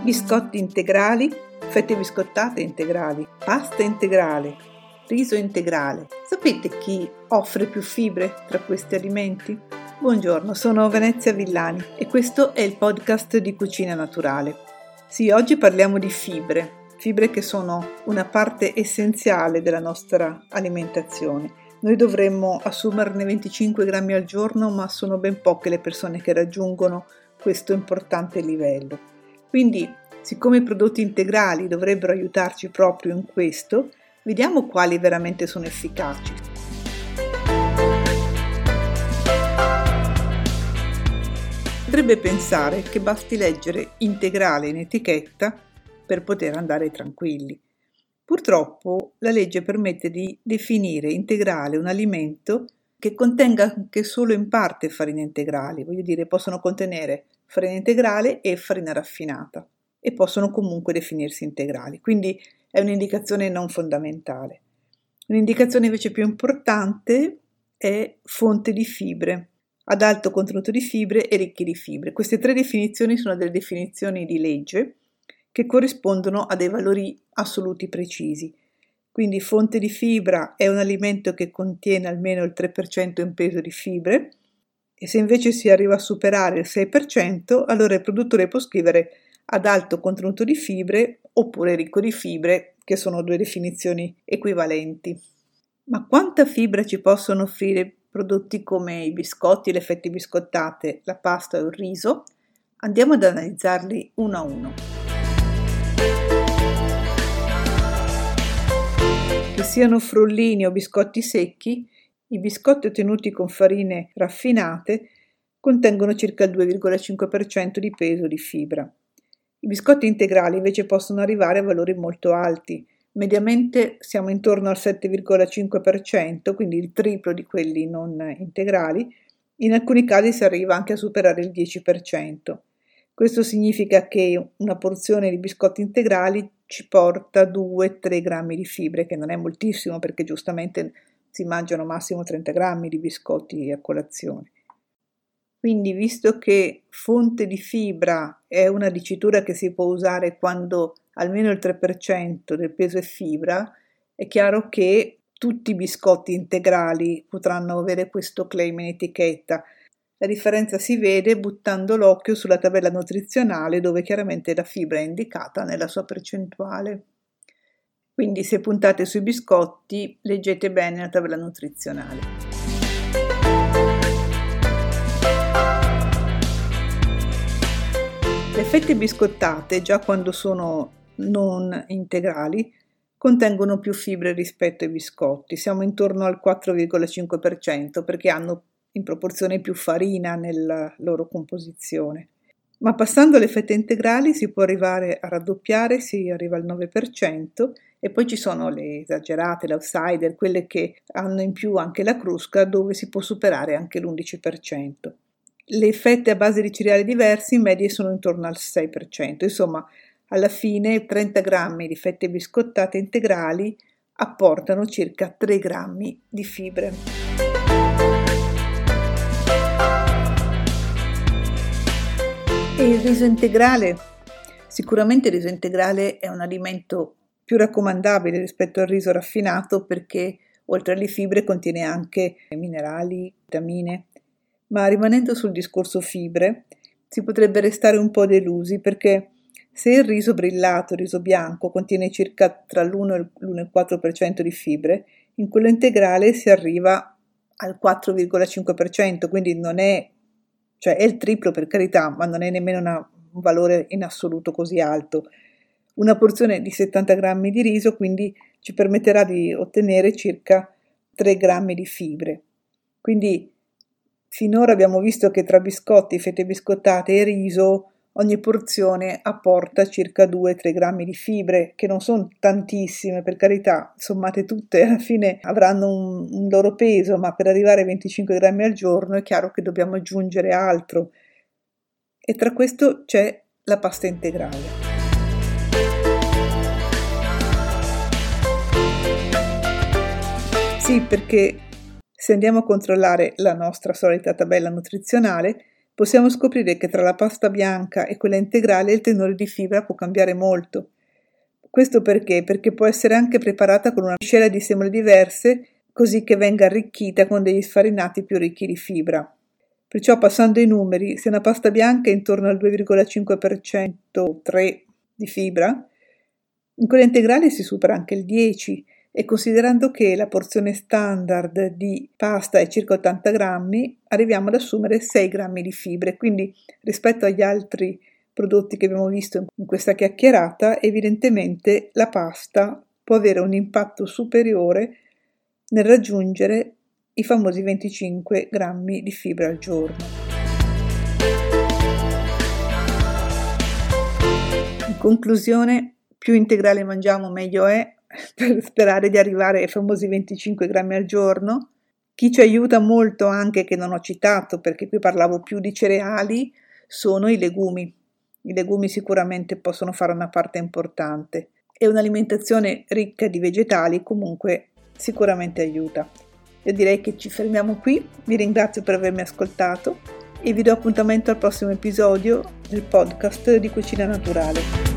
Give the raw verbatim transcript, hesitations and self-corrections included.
biscotti integrali, fette biscottate integrali, pasta integrale, riso integrale. Sapete chi offre più fibre tra questi alimenti? Buongiorno, sono Venezia Villani e questo è il podcast di Cucina Naturale. Sì, oggi parliamo di fibre, fibre che sono una parte essenziale della nostra alimentazione. Noi dovremmo assumerne venticinque grammi al giorno, ma sono ben poche le persone che raggiungono questo importante livello. Quindi, siccome i prodotti integrali dovrebbero aiutarci proprio in questo, vediamo quali veramente sono efficaci. Potrebbe pensare che basti leggere integrale in etichetta per poter andare tranquilli. Purtroppo la legge permette di definire integrale un alimento che contenga anche solo in parte farine integrali, voglio dire, possono contenere farina integrale e farina raffinata e possono comunque definirsi integrali, quindi è un'indicazione non fondamentale. Un'indicazione invece più importante è fonte di fibre, ad alto contenuto di fibre e ricchi di fibre. Queste tre definizioni sono delle definizioni di legge che corrispondono a dei valori assoluti precisi. Quindi fonte di fibra è un alimento che contiene almeno il tre per cento in peso di fibre e se invece si arriva a superare il sei per cento, allora il produttore può scrivere ad alto contenuto di fibre oppure ricco di fibre, che sono due definizioni equivalenti. Ma quanta fibra ci possono offrire prodotti come i biscotti, le fette biscottate, la pasta o il riso? Andiamo ad analizzarli uno a uno. Che siano frullini o biscotti secchi, i biscotti ottenuti con farine raffinate contengono circa il due virgola cinque per cento di peso di fibra. I biscotti integrali invece possono arrivare a valori molto alti, mediamente siamo intorno al sette virgola cinque per cento, quindi il triplo di quelli non integrali, in alcuni casi si arriva anche a superare il dieci per cento. Questo significa che una porzione di biscotti integrali ci porta due tre grammi di fibre, che non è moltissimo perché giustamente si mangiano massimo trenta grammi di biscotti a colazione. Quindi, visto che fonte di fibra è una dicitura che si può usare quando almeno il tre per cento del peso è fibra, è chiaro che tutti i biscotti integrali potranno avere questo claim in etichetta. La differenza si vede buttando l'occhio sulla tabella nutrizionale dove chiaramente la fibra è indicata nella sua percentuale. Quindi se puntate sui biscotti leggete bene la tabella nutrizionale. Le fette biscottate, già quando sono non integrali, contengono più fibre rispetto ai biscotti. Siamo intorno al quattro virgola cinque per cento perché hanno in proporzione più farina nella loro composizione. Ma passando alle fette integrali si può arrivare a raddoppiare, si arriva al nove per cento e poi ci sono le esagerate, le outsider, quelle che hanno in più anche la crusca dove si può superare anche l'undici per cento. Le fette a base di cereali diversi in media sono intorno al sei per cento, insomma alla fine trenta grammi di fette biscottate integrali apportano circa tre grammi di fibre. E il riso integrale? Sicuramente il riso integrale è un alimento più raccomandabile rispetto al riso raffinato perché oltre alle fibre contiene anche minerali, vitamine. Ma rimanendo sul discorso fibre, si potrebbe restare un po' delusi perché se il riso brillato, il riso bianco, contiene circa tra l'uno e l'uno virgola quattro per cento di fibre, in quello integrale si arriva al quattro virgola cinque per cento, quindi non è Cioè è il triplo per carità, ma non è nemmeno una, un valore in assoluto così alto. Una porzione di settanta grammi di riso quindi ci permetterà di ottenere circa tre grammi di fibre. Quindi finora abbiamo visto che tra biscotti, fette biscottate e riso ogni porzione apporta circa due tre grammi di fibre, che non sono tantissime per carità, sommate tutte alla fine avranno un, un loro peso, ma per arrivare ai venticinque grammi al giorno è chiaro che dobbiamo aggiungere altro e tra questo c'è la pasta integrale. Sì, perché se andiamo a controllare la nostra solita tabella nutrizionale possiamo scoprire che tra la pasta bianca e quella integrale il tenore di fibra può cambiare molto. Questo perché? Perché può essere anche preparata con una miscela di semole diverse, così che venga arricchita con degli sfarinati più ricchi di fibra. Perciò, passando i numeri, se una pasta bianca è intorno al due virgola cinque per cento tre di fibra, in quella integrale si supera anche il dieci per cento, e considerando che la porzione standard di pasta è circa ottanta grammi, arriviamo ad assumere sei grammi di fibre. Quindi, rispetto agli altri prodotti che abbiamo visto in questa chiacchierata, evidentemente la pasta può avere un impatto superiore nel raggiungere i famosi venticinque grammi di fibra al giorno. In conclusione, più integrale mangiamo meglio è, per sperare di arrivare ai famosi venticinque grammi al giorno. Chi ci aiuta molto, anche che non ho citato perché qui parlavo più di cereali, sono i legumi. I legumi sicuramente possono fare una parte importante e un'alimentazione ricca di vegetali comunque sicuramente aiuta. Io direi che ci fermiamo qui, vi ringrazio per avermi ascoltato e vi do appuntamento al prossimo episodio del podcast di Cucina Naturale.